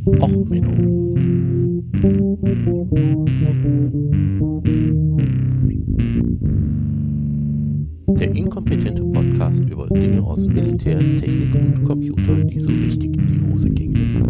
Och, Menno. Der inkompetente Podcast über Dinge aus Militär, Technik und Computer, die so richtig in die Hose gingen.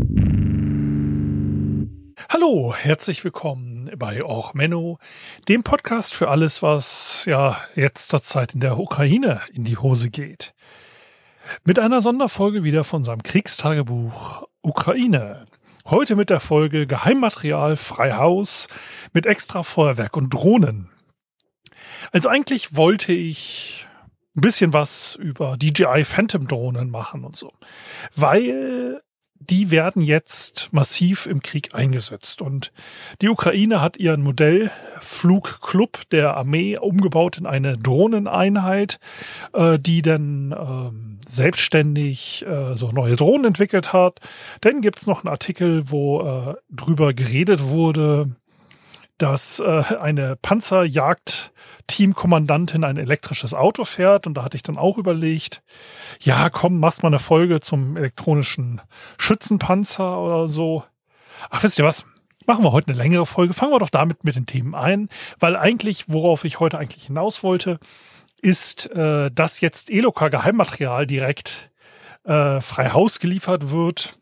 Hallo, herzlich willkommen bei Och, Menno, dem Podcast für alles, was ja jetzt zur Zeit in der Ukraine in die Hose geht. Mit einer Sonderfolge wieder von unserem Kriegstagebuch Ukraine. Heute mit der Folge Geheimmaterial frei Haus mit extra Feuerwerk und Drohnen. Also eigentlich wollte ich ein bisschen was über DJI Phantom Drohnen machen und so, weil die werden jetzt massiv im Krieg eingesetzt. Und die Ukraine hat ihren Modellflugclub der Armee umgebaut in eine Drohneneinheit, die dann selbstständig so neue Drohnen entwickelt hat. Dann gibt's noch einen Artikel, wo drüber geredet wurde, dass eine Panzerjagd-Teamkommandantin ein elektrisches Auto fährt. Und da hatte ich dann auch überlegt, ja komm, machst mal eine Folge zum elektronischen Schützenpanzer oder so. Ach, wisst ihr was? Machen wir heute eine längere Folge. Fangen wir doch damit mit den Themen ein. Weil eigentlich, worauf ich heute eigentlich hinaus wollte, ist, dass jetzt Eloka-Geheimmaterial direkt frei Haus geliefert wird.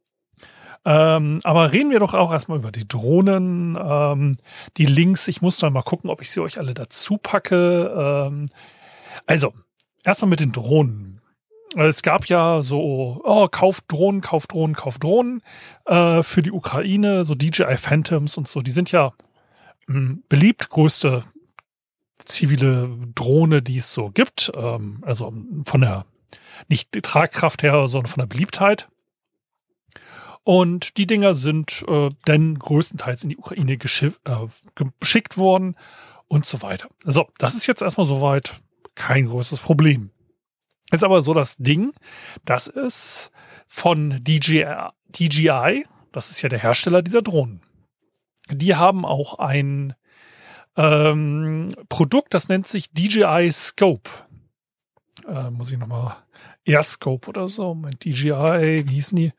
Aber reden wir doch auch erstmal über die Drohnen, die Links. Ich muss dann mal gucken, ob ich sie euch alle dazu packe. Also, erstmal mit den Drohnen. Es gab ja so, kauft Drohnen, kauft Drohnen, kauft Drohnen für die Ukraine, so DJI Phantoms und so. Die sind ja beliebt, größte zivile Drohne, die es so gibt. Also von der, nicht die Tragkraft her, sondern von der Beliebtheit. Und die Dinger sind dann größtenteils in die Ukraine geschickt worden und so weiter. So, das ist jetzt erstmal soweit kein großes Problem. Jetzt aber so das Ding, das ist von DJI, das ist ja der Hersteller dieser Drohnen. Die haben auch ein Produkt, das nennt sich DJI Scope. Muss ich nochmal, AirScope oder so, mein DJI, wie hießen die?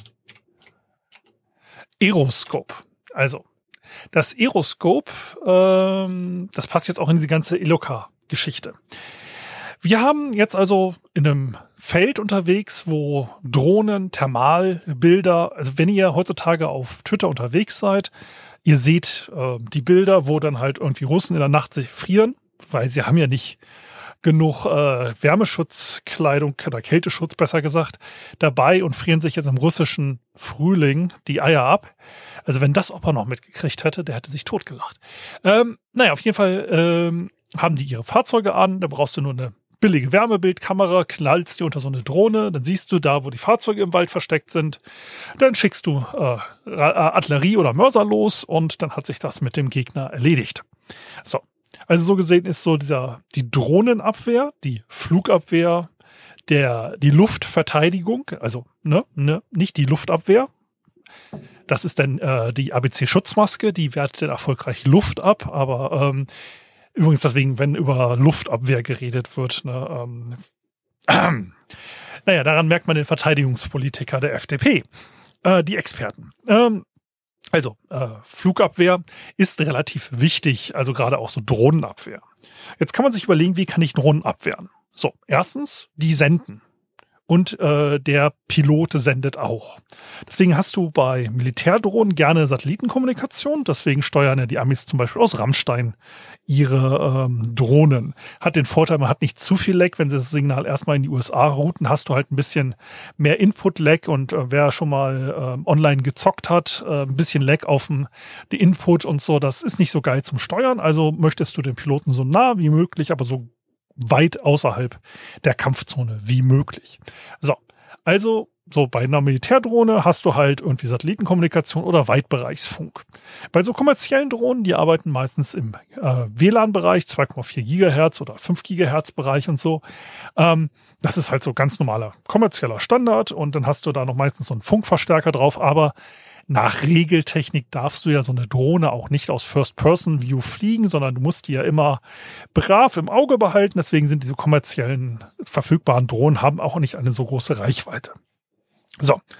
Aeroscope. Also, das Aeroscope, das passt jetzt auch in diese ganze Eloka-Geschichte. Wir haben jetzt also in einem Feld unterwegs, wo Drohnen, Thermalbilder, also wenn ihr heutzutage auf Twitter unterwegs seid, ihr seht die Bilder, wo dann halt irgendwie Russen in der Nacht sich frieren, weil sie haben ja nicht genug Wärmeschutzkleidung oder Kälteschutz, besser gesagt, dabei und frieren sich jetzt im russischen Frühling die Eier ab. Also wenn das Opa noch mitgekriegt hätte, der hätte sich totgelacht. Naja, auf jeden Fall haben die ihre Fahrzeuge an, da brauchst du nur eine billige Wärmebildkamera, knallst die unter so eine Drohne, dann siehst du da, wo die Fahrzeuge im Wald versteckt sind, dann schickst du Artillerie oder Mörser los und dann hat sich das mit dem Gegner erledigt. So. Also so gesehen ist so die Drohnenabwehr, die Flugabwehr, die Luftverteidigung, also nicht die Luftabwehr. Das ist dann die ABC-Schutzmaske, die wehrt dann erfolgreich Luft ab, aber übrigens deswegen, wenn über Luftabwehr geredet wird, naja, daran merkt man den Verteidigungspolitiker der FDP, die Experten. Also, Flugabwehr ist relativ wichtig, also gerade auch so Drohnenabwehr. Jetzt kann man sich überlegen, wie kann ich Drohnen abwehren? So, erstens, die senden. Und der Pilot sendet auch. Deswegen hast du bei Militärdrohnen gerne Satellitenkommunikation. Deswegen steuern ja die Amis zum Beispiel aus Rammstein ihre Drohnen. Hat den Vorteil, man hat nicht zu viel Lag. Wenn sie das Signal erstmal in die USA routen, hast du halt ein bisschen mehr Input-Lag. Und wer schon mal online gezockt hat, ein bisschen Lag auf den Input und so, das ist nicht so geil zum Steuern. Also möchtest du den Piloten so nah wie möglich, aber so weit außerhalb der Kampfzone wie möglich. So, also so bei einer Militärdrohne hast du halt irgendwie Satellitenkommunikation oder Weitbereichsfunk. Bei so kommerziellen Drohnen, die arbeiten meistens im WLAN-Bereich, 2,4 Gigahertz oder 5 Gigahertz Bereich und so. Das ist halt so ganz normaler kommerzieller Standard und dann hast du da noch meistens so einen Funkverstärker drauf, aber nach Regeltechnik darfst du ja so eine Drohne auch nicht aus First-Person-View fliegen, sondern du musst die ja immer brav im Auge behalten. Deswegen sind diese kommerziellen verfügbaren Drohnen haben auch nicht eine so große Reichweite. So,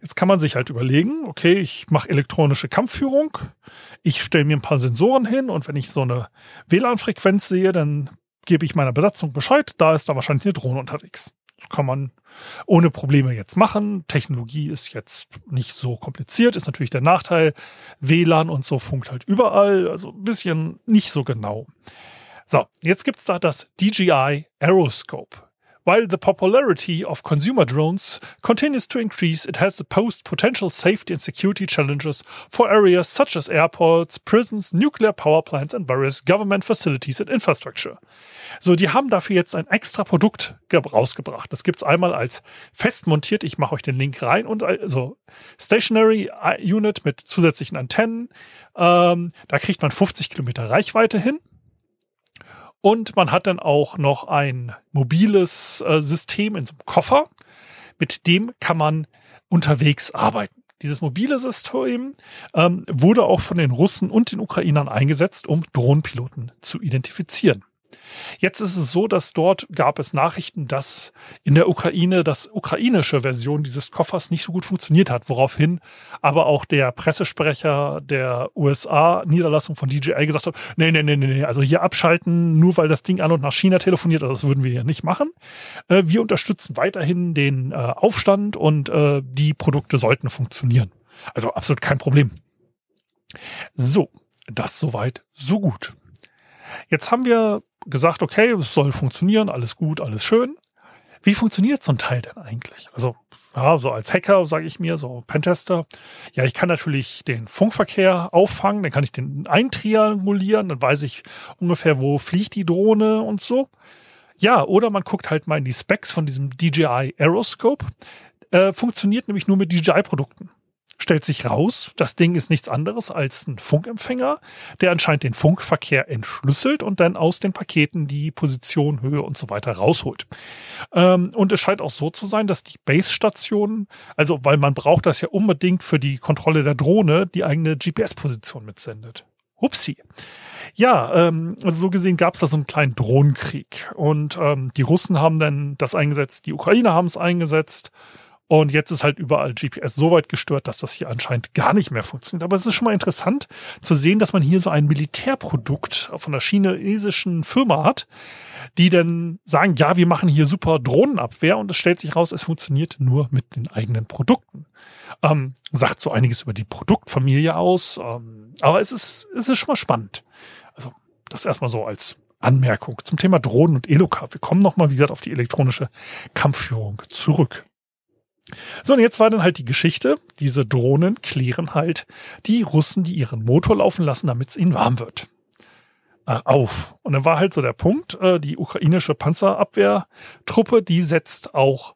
Jetzt kann man sich halt überlegen, okay, ich mache elektronische Kampfführung, ich stelle mir ein paar Sensoren hin und wenn ich so eine WLAN-Frequenz sehe, dann gebe ich meiner Besatzung Bescheid, da ist da wahrscheinlich eine Drohne unterwegs. Das kann man ohne Probleme jetzt machen. Technologie ist jetzt nicht so kompliziert, ist natürlich der Nachteil. WLAN und so funkt halt überall, also ein bisschen nicht so genau. So, jetzt gibt's da das DJI Aeroscope. While the popularity of consumer drones continues to increase, it has posed potential safety and security challenges for areas such as airports, prisons, nuclear power plants and various government facilities and infrastructure. So, die haben dafür jetzt ein extra Produkt rausgebracht. Das gibt's einmal als fest montiert, ich mache euch den Link rein, und also Stationary Unit mit zusätzlichen Antennen. Da kriegt man 50 Kilometer Reichweite hin. Und man hat dann auch noch ein mobiles System in so einem Koffer, mit dem kann man unterwegs arbeiten. Dieses mobile System wurde auch von den Russen und den Ukrainern eingesetzt, um Drohnenpiloten zu identifizieren. Jetzt ist es so, dass dort gab es Nachrichten, dass in der Ukraine das ukrainische Version dieses Koffers nicht so gut funktioniert hat, woraufhin aber auch der Pressesprecher der USA-Niederlassung von DJI gesagt hat, nee, also hier abschalten, nur weil das Ding an und nach China telefoniert, also das würden wir hier nicht machen. Wir unterstützen weiterhin den Aufstand und die Produkte sollten funktionieren. Also absolut kein Problem. So, das soweit, so gut. Jetzt haben wir gesagt, okay, es soll funktionieren, alles gut, alles schön. Wie funktioniert so ein Teil denn eigentlich? Also, ja, so als Hacker, sage ich mir, so Pentester, ja, ich kann natürlich den Funkverkehr auffangen, dann kann ich den eintriangulieren, dann weiß ich ungefähr, wo fliegt die Drohne und so. Ja, oder man guckt halt mal in die Specs von diesem DJI Aeroscope. Funktioniert nämlich nur mit DJI-Produkten. Stellt sich raus, das Ding ist nichts anderes als ein Funkempfänger, der anscheinend den Funkverkehr entschlüsselt und dann aus den Paketen die Position, Höhe und so weiter rausholt. Und es scheint auch so zu sein, dass die Base-Station, also weil man braucht das ja unbedingt für die Kontrolle der Drohne, die eigene GPS-Position mitsendet. Upsi. Ja, also so gesehen gab es da so einen kleinen Drohnenkrieg. Und die Russen haben dann das eingesetzt, die Ukrainer haben es eingesetzt. Und jetzt ist halt überall GPS so weit gestört, dass das hier anscheinend gar nicht mehr funktioniert. Aber es ist schon mal interessant zu sehen, dass man hier so ein Militärprodukt von einer chinesischen Firma hat, die dann sagen, ja, wir machen hier super Drohnenabwehr, und es stellt sich raus, es funktioniert nur mit den eigenen Produkten. Sagt so einiges über die Produktfamilie aus, aber es ist schon mal spannend. Also das erstmal so als Anmerkung zum Thema Drohnen und Eloka. Wir kommen nochmal, wie gesagt, auf die elektronische Kampfführung zurück. So, und jetzt war dann halt die Geschichte, diese Drohnen klären halt die Russen, die ihren Motor laufen lassen, damit es ihnen warm wird, auf. Und dann war halt so der Punkt, die ukrainische Panzerabwehrtruppe, die setzt auch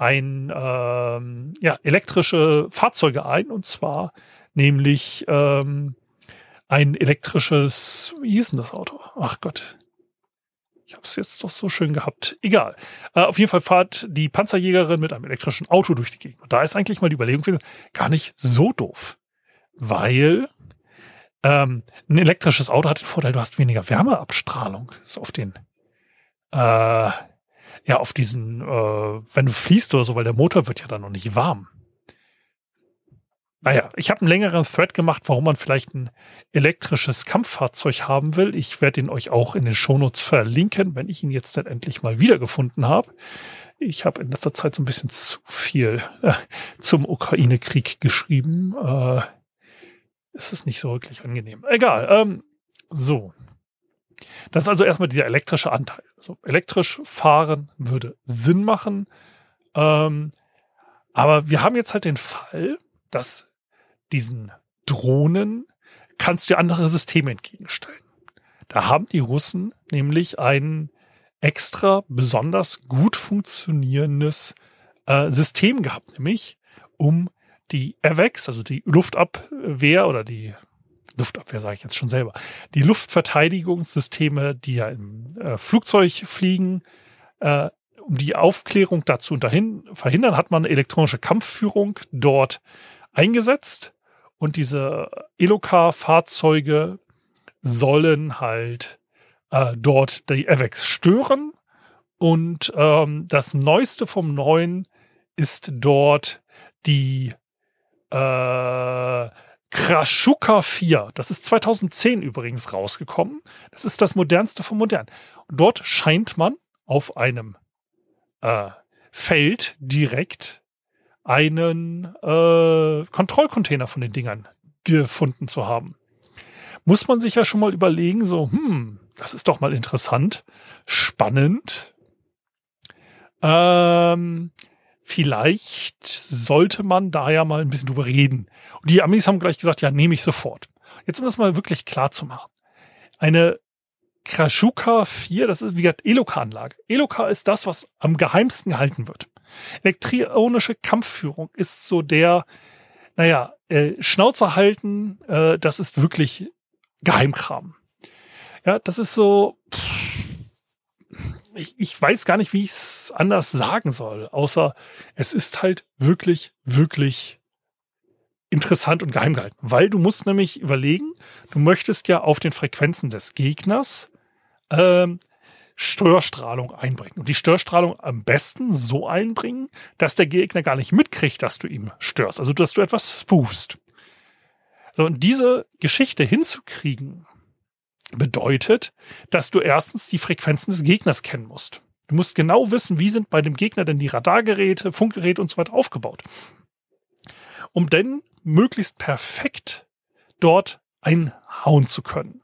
elektrische Fahrzeuge ein, und zwar nämlich ein elektrisches, wie hieß denn das Auto? Ach Gott. Ich habe es jetzt doch so schön gehabt. Egal. Auf jeden Fall fährt die Panzerjägerin mit einem elektrischen Auto durch die Gegend. Und da ist eigentlich mal die Überlegung gewesen, gar nicht so doof. Weil ein elektrisches Auto hat den Vorteil, du hast weniger Wärmeabstrahlung. Das ist auf den, auf diesen, wenn du fließt oder so, weil der Motor wird ja dann noch nicht warm. Naja, ich habe einen längeren Thread gemacht, warum man vielleicht ein elektrisches Kampffahrzeug haben will. Ich werde ihn euch auch in den Shownotes verlinken, wenn ich ihn jetzt dann endlich mal wiedergefunden habe. Ich habe in letzter Zeit so ein bisschen zu viel zum Ukraine-Krieg geschrieben. Es ist nicht so wirklich angenehm. Egal. So. Das ist also erstmal dieser elektrische Anteil. Also elektrisch fahren würde Sinn machen. Aber wir haben jetzt halt den Fall, dass diesen Drohnen kannst du andere Systeme entgegenstellen. Da haben die Russen nämlich ein extra besonders gut funktionierendes System gehabt, nämlich um die AWACS, also die Luftabwehr oder die Luftabwehr sage ich jetzt schon selber, die Luftverteidigungssysteme, die ja im Flugzeug fliegen, um die Aufklärung dazu verhindern, hat man elektronische Kampfführung dort eingesetzt. Und diese Eloka-Fahrzeuge sollen halt dort die AWACS stören. Und das Neueste vom Neuen ist dort die Kraschuka 4. Das ist 2010 übrigens rausgekommen. Das ist das modernste von modern. Und dort scheint man auf einem Feld direkt einen Kontrollcontainer von den Dingern gefunden zu haben. Muss man sich ja schon mal überlegen, so, das ist doch mal interessant, spannend. Vielleicht sollte man da ja mal ein bisschen drüber reden. Und die Amis haben gleich gesagt, ja, nehme ich sofort. Jetzt, um das mal wirklich klar zu machen. Eine Kraschuka 4, das ist wie gesagt Eloka-Anlage. Eloka ist das, was am geheimsten gehalten wird. Elektronische Kampfführung ist so der, Schnauze halten, das ist wirklich Geheimkram. Ja, das ist so, ich weiß gar nicht, wie ich es anders sagen soll, außer es ist halt wirklich, wirklich interessant und geheim gehalten. Weil du musst nämlich überlegen, du möchtest ja auf den Frequenzen des Gegners Störstrahlung einbringen. Und die Störstrahlung am besten so einbringen, dass der Gegner gar nicht mitkriegt, dass du ihm störst. Also, dass du etwas spoofst. So, und diese Geschichte hinzukriegen, bedeutet, dass du erstens die Frequenzen des Gegners kennen musst. Du musst genau wissen, wie sind bei dem Gegner denn die Radargeräte, Funkgeräte und so weiter aufgebaut. Um dann möglichst perfekt dort einhauen zu können.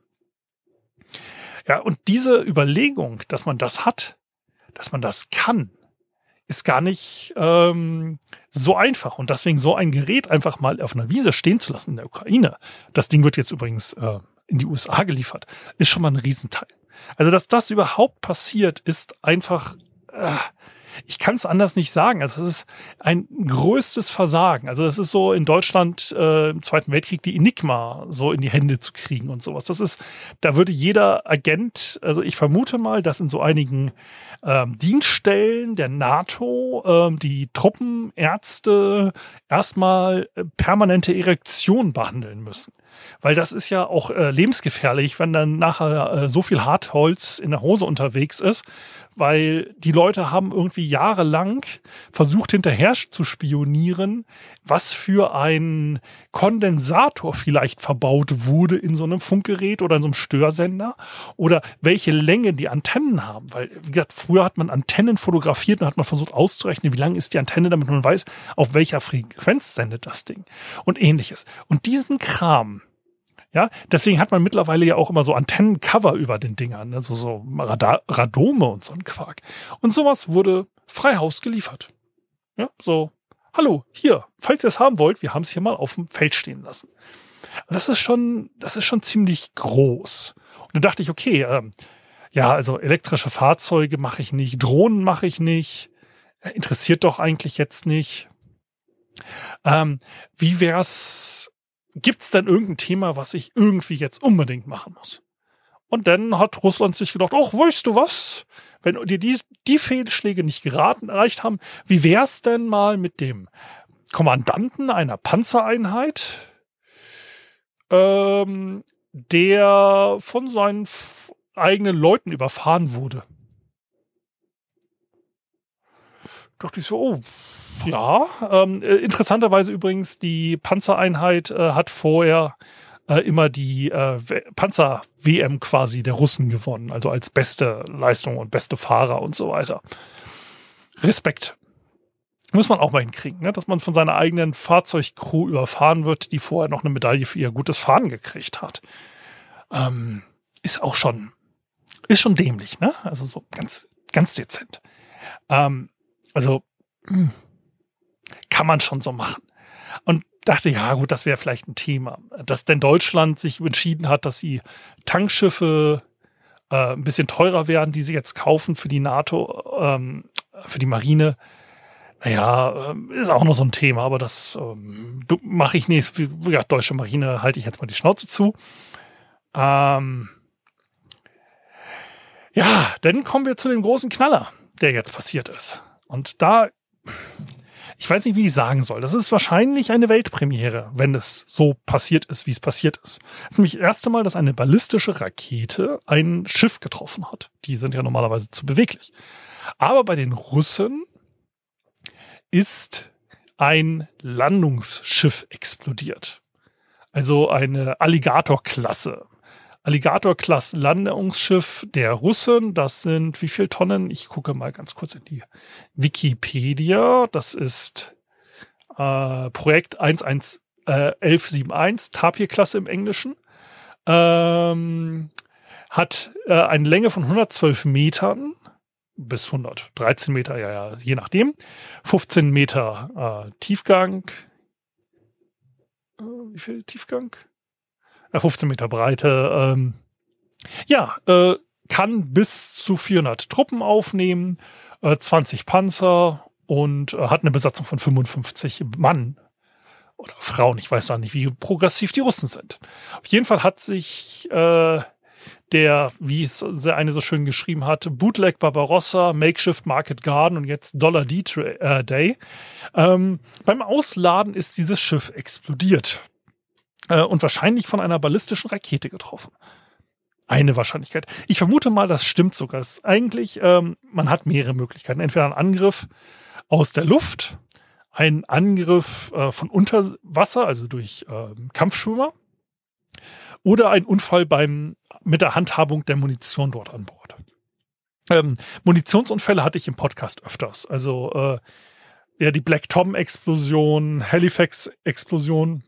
Ja, und diese Überlegung, dass man das hat, dass man das kann, ist gar nicht so einfach. Und deswegen so ein Gerät einfach mal auf einer Wiese stehen zu lassen in der Ukraine, das Ding wird jetzt übrigens in die USA geliefert, ist schon mal ein Riesenteil. Also, dass das überhaupt passiert, ist einfach, ich kann es anders nicht sagen. Also, es ist ein größtes Versagen. Also, das ist so in Deutschland im Zweiten Weltkrieg die Enigma so in die Hände zu kriegen und sowas. Das ist, da würde jeder Agent, also ich vermute mal, dass in so einigen Dienststellen der NATO die Truppenärzte erstmal permanente Erektion behandeln müssen. Weil das ist ja auch lebensgefährlich, wenn dann nachher so viel Hartholz in der Hose unterwegs ist, weil die Leute haben irgendwie jahrelang versucht, hinterher zu spionieren, was für ein Kondensator vielleicht verbaut wurde in so einem Funkgerät oder in so einem Störsender oder welche Länge die Antennen haben. Weil, wie gesagt, früher hat man Antennen fotografiert und hat man versucht auszurechnen, wie lang ist die Antenne, damit man weiß, auf welcher Frequenz sendet das Ding und ähnliches. Und diesen Kram, ja, deswegen hat man mittlerweile ja auch immer so Antennencover über den Dingern, also so Radome und so ein Quark. Und sowas wurde frei Haus geliefert. Ja, so, hallo, hier, falls ihr es haben wollt, wir haben es hier mal auf dem Feld stehen lassen. Und das ist schon ziemlich groß. Und dann dachte ich, okay, also elektrische Fahrzeuge mache ich nicht, Drohnen mache ich nicht, interessiert doch eigentlich jetzt nicht. Wie wär's? Gibt's denn irgendein Thema, was ich irgendwie jetzt unbedingt machen muss? Und dann hat Russland sich gedacht, ach, weißt du was? Wenn dir die Fehlschläge nicht erreicht haben, wie wär's denn mal mit dem Kommandanten einer Panzereinheit, der von seinen eigenen Leuten überfahren wurde? Dachte ich so, oh, ja, interessanterweise übrigens, die Panzereinheit hat vorher immer die Panzer-WM quasi der Russen gewonnen, also als beste Leistung und beste Fahrer und so weiter. Respekt. Muss man auch mal hinkriegen, ne? Dass man von seiner eigenen Fahrzeugcrew überfahren wird, die vorher noch eine Medaille für ihr gutes Fahren gekriegt hat. Ist schon dämlich, ne? Also so ganz, ganz dezent. Kann man schon so machen. Und dachte, ja gut, das wäre vielleicht ein Thema. Dass denn Deutschland sich entschieden hat, dass sie Tankschiffe ein bisschen teurer werden, die sie jetzt kaufen für die NATO, für die Marine. Naja, ist auch noch so ein Thema, aber das mache ich nicht. Für ja, deutsche Marine halte ich jetzt mal die Schnauze zu. Ja, dann kommen wir zu dem großen Knaller, der jetzt passiert ist. Und da, ich weiß nicht, wie ich sagen soll. Das ist wahrscheinlich eine Weltpremiere, wenn es so passiert ist, wie es passiert ist. Das ist nämlich das erste Mal, dass eine ballistische Rakete ein Schiff getroffen hat. Die sind ja normalerweise zu beweglich. Aber bei den Russen ist ein Landungsschiff explodiert. Also eine Alligator-Klasse. Alligator-Klasse-Landungsschiff der Russen. Das sind wie viel Tonnen? Ich gucke mal ganz kurz in die Wikipedia. Das ist Projekt 1171, Tapir-Klasse im Englischen. Hat eine Länge von 112 Metern bis 113 Meter, ja, je nachdem. 15 Meter Tiefgang. Wie viel Tiefgang? 15 Meter Breite. Kann bis zu 400 Truppen aufnehmen, 20 Panzer und hat eine Besatzung von 55 Mann oder Frauen. Ich weiß auch nicht, wie progressiv die Russen sind. Auf jeden Fall hat sich der, wie es der eine so schön geschrieben hat, Bootleg Barbarossa, Makeshift Market Garden und jetzt Dollar Day. Beim Ausladen ist dieses Schiff explodiert und wahrscheinlich von einer ballistischen Rakete getroffen. Eine Wahrscheinlichkeit. Ich vermute mal, das stimmt sogar. Es ist eigentlich, man hat mehrere Möglichkeiten. Entweder ein Angriff aus der Luft, ein Angriff von unter Wasser, also durch Kampfschwimmer, oder ein Unfall mit der Handhabung der Munition dort an Bord. Munitionsunfälle hatte ich im Podcast öfters. Also die Black Tom-Explosion, Halifax-Explosion,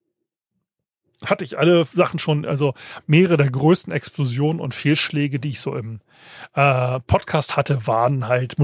hatte ich alle Sachen schon, also mehrere der größten Explosionen und Fehlschläge, die ich so im Podcast hatte, waren halt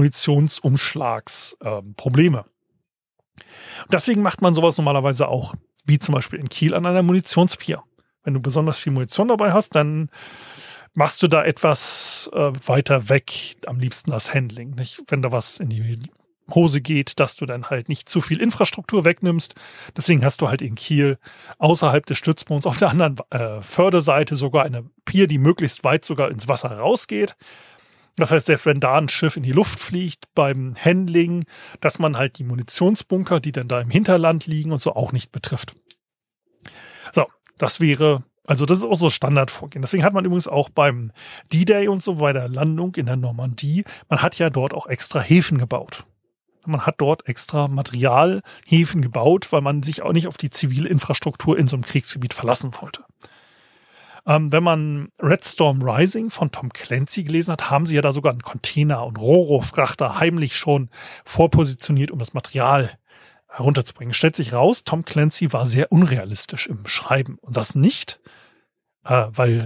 Munitionsumschlagsprobleme. Deswegen macht man sowas normalerweise auch, wie zum Beispiel in Kiel an einer Munitionspier. Wenn du besonders viel Munition dabei hast, dann machst du da etwas weiter weg, am liebsten das Handling. Nicht? Wenn da was in die Hose geht, dass du dann halt nicht zu viel Infrastruktur wegnimmst. Deswegen hast du halt in Kiel außerhalb des Stützpunkts auf der anderen Förderseite sogar eine Pier, die möglichst weit sogar ins Wasser rausgeht. Das heißt, selbst wenn da ein Schiff in die Luft fliegt beim Handling, dass man halt die Munitionsbunker, die dann da im Hinterland liegen und so, auch nicht betrifft. So, das ist auch so Standardvorgehen. Deswegen hat man übrigens auch beim D-Day und so bei der Landung in der Normandie, man hat ja dort auch extra Häfen gebaut. Man hat dort extra Materialhäfen gebaut, weil man sich auch nicht auf die zivile Infrastruktur in so einem Kriegsgebiet verlassen wollte. Wenn man Red Storm Rising von Tom Clancy gelesen hat, haben sie ja da sogar einen Container- und Ro-Ro-Frachter heimlich schon vorpositioniert, um das Material herunterzubringen. Stellt sich raus, Tom Clancy war sehr unrealistisch im Schreiben. Und das nicht, weil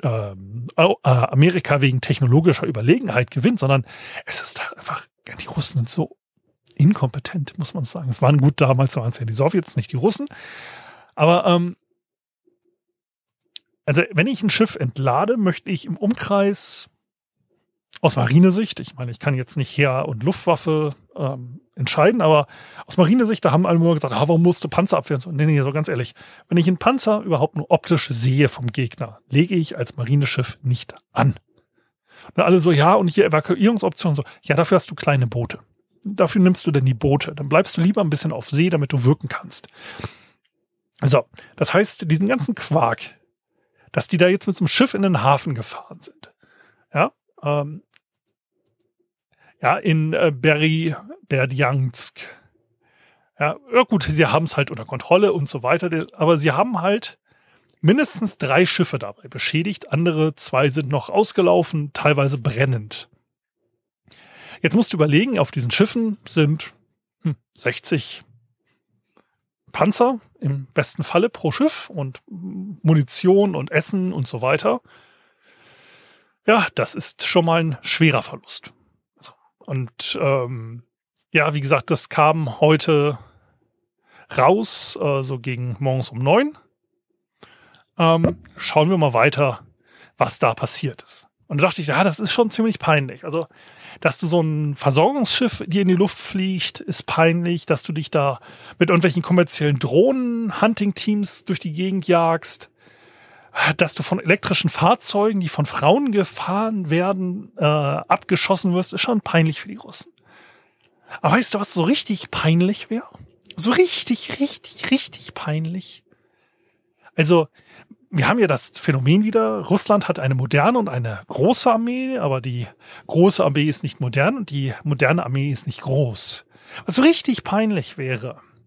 Amerika wegen technologischer Überlegenheit gewinnt, sondern es ist halt einfach, die Russen sind so inkompetent, muss man sagen. Es waren gut, damals waren es ja die Sowjets, nicht die Russen. Aber also wenn ich ein Schiff entlade, möchte ich im Umkreis aus Marinesicht, ich meine, ich kann jetzt nicht Heer- und Luftwaffe entscheiden, aber aus Marinesicht, da haben alle immer gesagt, warum musst du Panzer abwehren? So, nee, so ganz ehrlich, wenn ich einen Panzer überhaupt nur optisch sehe vom Gegner, lege ich als Marineschiff nicht an. Und alle so, ja, und hier Evakuierungsoptionen, so, ja, dafür hast du kleine Boote. Dafür nimmst du denn die Boote. Dann bleibst du lieber ein bisschen auf See, damit du wirken kannst. So, das heißt, diesen ganzen Quark, dass die da jetzt mit so einem Schiff in den Hafen gefahren sind. Ja, in Berdjansk. Ja, gut, sie haben es halt unter Kontrolle und so weiter, aber sie haben halt mindestens 3 Schiffe dabei beschädigt, andere 2 sind noch ausgelaufen, teilweise brennend. Jetzt musst du überlegen, auf diesen Schiffen sind 60 Panzer im besten Falle pro Schiff und Munition und Essen und so weiter. Ja, das ist schon mal ein schwerer Verlust. Und wie gesagt, das kam heute raus, so gegen morgens um 9. Schauen wir mal weiter, was da passiert ist. Und da dachte ich, ja, das ist schon ziemlich peinlich. Also, dass du so ein Versorgungsschiff dir in die Luft fliegt, ist peinlich. Dass du dich da mit irgendwelchen kommerziellen Drohnen-Hunting-Teams durch die Gegend jagst. Dass du von elektrischen Fahrzeugen, die von Frauen gefahren werden, abgeschossen wirst, ist schon peinlich für die Russen. Aber weißt du, was so richtig peinlich wäre? So richtig, richtig, richtig peinlich. Also, wir haben ja das Phänomen wieder, Russland hat eine moderne und eine große Armee, aber die große Armee ist nicht modern und die moderne Armee ist nicht groß. Was so richtig peinlich wäre,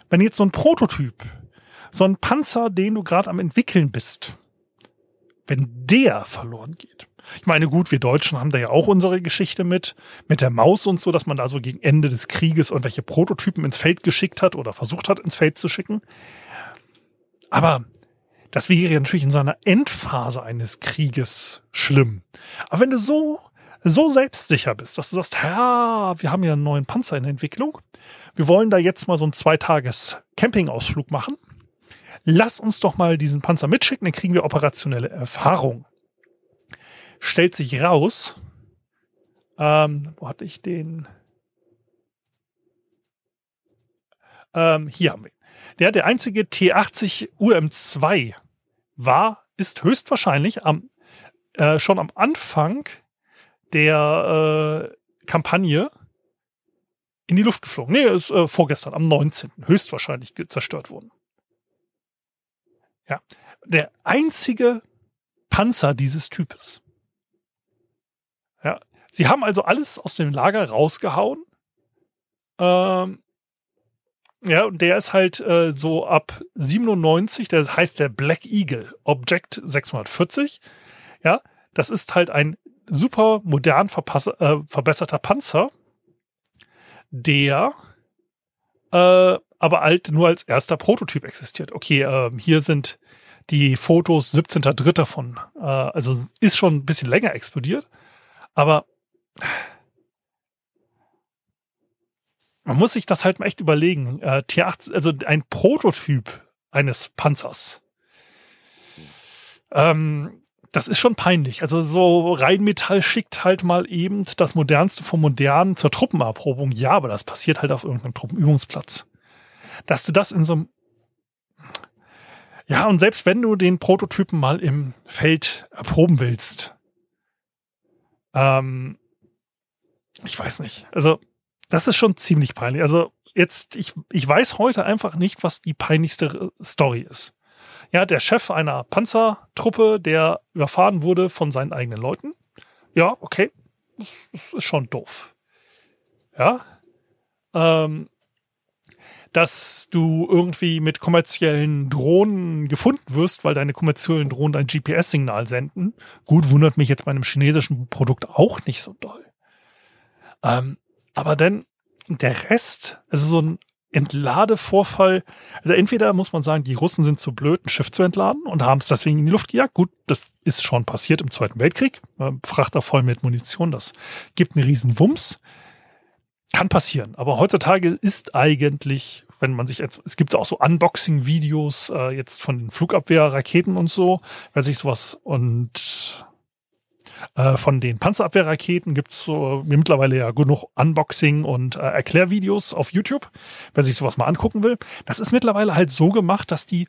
wenn jetzt so ein Prototyp, so ein Panzer, den du gerade am entwickeln bist, wenn der verloren geht. Ich meine, gut, wir Deutschen haben da ja auch unsere Geschichte mit der Maus und so, dass man da so gegen Ende des Krieges irgendwelche Prototypen ins Feld geschickt hat oder versucht hat, ins Feld zu schicken. Aber das wäre ja natürlich in so einer Endphase eines Krieges schlimm. Aber wenn du so selbstsicher bist, dass du sagst, ja, wir haben ja einen neuen Panzer in der Entwicklung, wir wollen da jetzt mal so einen 2-Tages-Campingausflug machen, lass uns doch mal diesen Panzer mitschicken, dann kriegen wir operationelle Erfahrung. Stellt sich raus, wo hatte ich den? Hier haben wir ihn. Der einzige T80 UM2 ist höchstwahrscheinlich schon am Anfang der Kampagne in die Luft geflogen. Nee, ist vorgestern, am 19. höchstwahrscheinlich zerstört worden. Ja, der einzige Panzer dieses Types. Ja, sie haben also alles aus dem Lager rausgehauen. Ja, und der ist halt so ab 97, der heißt der Black Eagle Object 640. Ja, das ist halt ein super modern verbesserter Panzer, der aber halt nur als erster Prototyp existiert. Okay, hier sind die Fotos 17.03. von, also ist schon ein bisschen länger explodiert, aber man muss sich das halt mal echt überlegen. T8, also ein Prototyp eines Panzers. Das ist schon peinlich. Also so Rheinmetall schickt halt mal eben das Modernste vom Modernen zur Truppenerprobung. Ja, aber das passiert halt auf irgendeinem Truppenübungsplatz. Dass du das in so einem... Ja, und selbst wenn du den Prototypen mal im Feld erproben willst, ich weiß nicht. Also das ist schon ziemlich peinlich. Also jetzt, ich weiß heute einfach nicht, was die peinlichste Story ist. Ja, der Chef einer Panzertruppe, der überfahren wurde von seinen eigenen Leuten. Ja, okay. Das ist schon doof. Ja. Dass du irgendwie mit kommerziellen Drohnen gefunden wirst, weil deine kommerziellen Drohnen ein GPS-Signal senden. Gut, wundert mich jetzt bei einem chinesischen Produkt auch nicht so doll. Aber dann der Rest, also so ein Entladevorfall, also entweder muss man sagen, die Russen sind zu blöd, ein Schiff zu entladen und haben es deswegen in die Luft gejagt. Gut, das ist schon passiert im Zweiten Weltkrieg. Frachter voll mit Munition, das gibt einen riesen Wumms. Kann passieren, aber heutzutage ist eigentlich, wenn man sich jetzt, es gibt auch so Unboxing-Videos jetzt von den Flugabwehrraketen und so, wer sich sowas und von den Panzerabwehrraketen gibt es so mittlerweile ja genug Unboxing und Erklärvideos auf YouTube, wer sich sowas mal angucken will. Das ist mittlerweile halt so gemacht, dass die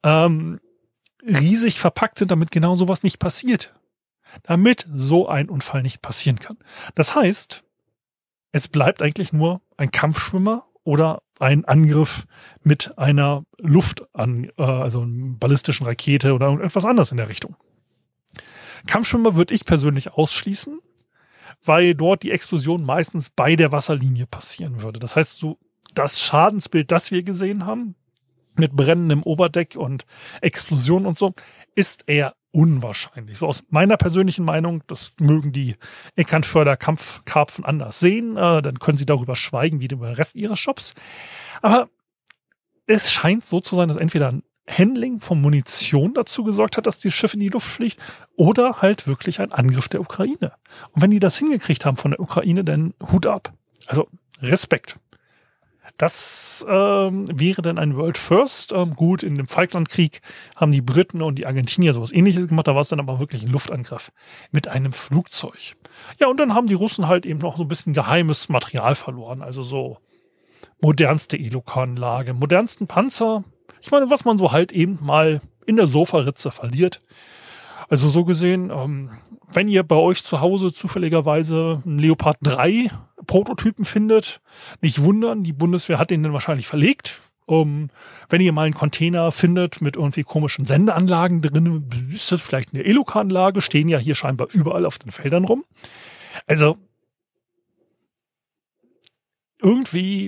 riesig verpackt sind, damit genau sowas nicht passiert. Damit so ein Unfall nicht passieren kann. Das heißt, es bleibt eigentlich nur ein Kampfschwimmer oder ein Angriff mit einer also einer ballistischen Rakete oder irgendetwas anderes in der Richtung. Kampfschwimmer würde ich persönlich ausschließen, weil dort die Explosion meistens bei der Wasserlinie passieren würde. Das heißt, so das Schadensbild, das wir gesehen haben, mit brennendem Oberdeck und Explosion und so, ist eher unwahrscheinlich. So aus meiner persönlichen Meinung, das mögen die Eckernförder-Kampfkarpfen anders sehen, dann können sie darüber schweigen wie über den Rest ihres Shops. Aber es scheint so zu sein, dass entweder ein Handling von Munition dazu gesorgt hat, dass die Schiffe in die Luft fliegt, oder halt wirklich ein Angriff der Ukraine. Und wenn die das hingekriegt haben von der Ukraine, dann Hut ab. Also Respekt. Das wäre dann ein World First. Gut, in dem Falklandkrieg haben die Briten und die Argentinier sowas Ähnliches gemacht. Da war es dann aber wirklich ein Luftangriff mit einem Flugzeug. Ja, und dann haben die Russen halt eben noch so ein bisschen geheimes Material verloren. Also so modernste Elokan-Anlage, modernsten Panzer. Ich meine, was man so halt eben mal in der Sofaritze verliert. Also so gesehen, wenn ihr bei euch zu Hause zufälligerweise einen Leopard 3 Prototypen findet, nicht wundern, die Bundeswehr hat den dann wahrscheinlich verlegt. Wenn ihr mal einen Container findet mit irgendwie komischen Sendeanlagen drin, ist das vielleicht eine Elokan-Anlage, stehen ja hier scheinbar überall auf den Feldern rum. Also irgendwie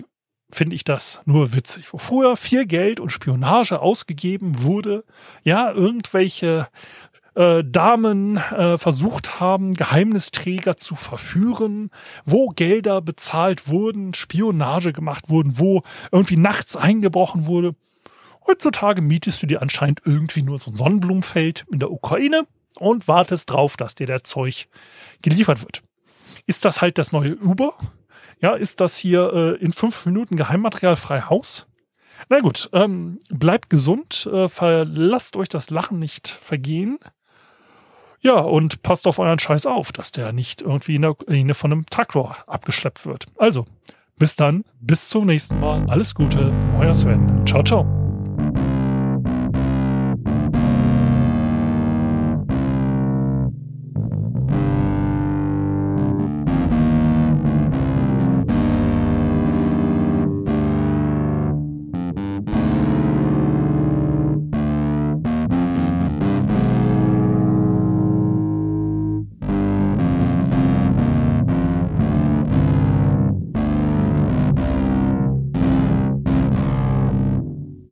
finde ich das nur witzig. Wo früher viel Geld und Spionage ausgegeben wurde, ja, irgendwelche Damen versucht haben, Geheimnisträger zu verführen, wo Gelder bezahlt wurden, Spionage gemacht wurden, wo irgendwie nachts eingebrochen wurde. Heutzutage mietest du dir anscheinend irgendwie nur so ein Sonnenblumenfeld in der Ukraine und wartest drauf, dass dir der Zeug geliefert wird. Ist das halt das neue Uber? Ja, ist das hier in 5 Minuten Geheimmaterial frei Haus? Na gut, bleibt gesund, lasst euch das Lachen nicht vergehen. Ja, und passt auf euren Scheiß auf, dass der nicht irgendwie in der Nähe von einem Truckrohr abgeschleppt wird. Also, bis dann, bis zum nächsten Mal. Alles Gute, euer Sven. Ciao, ciao.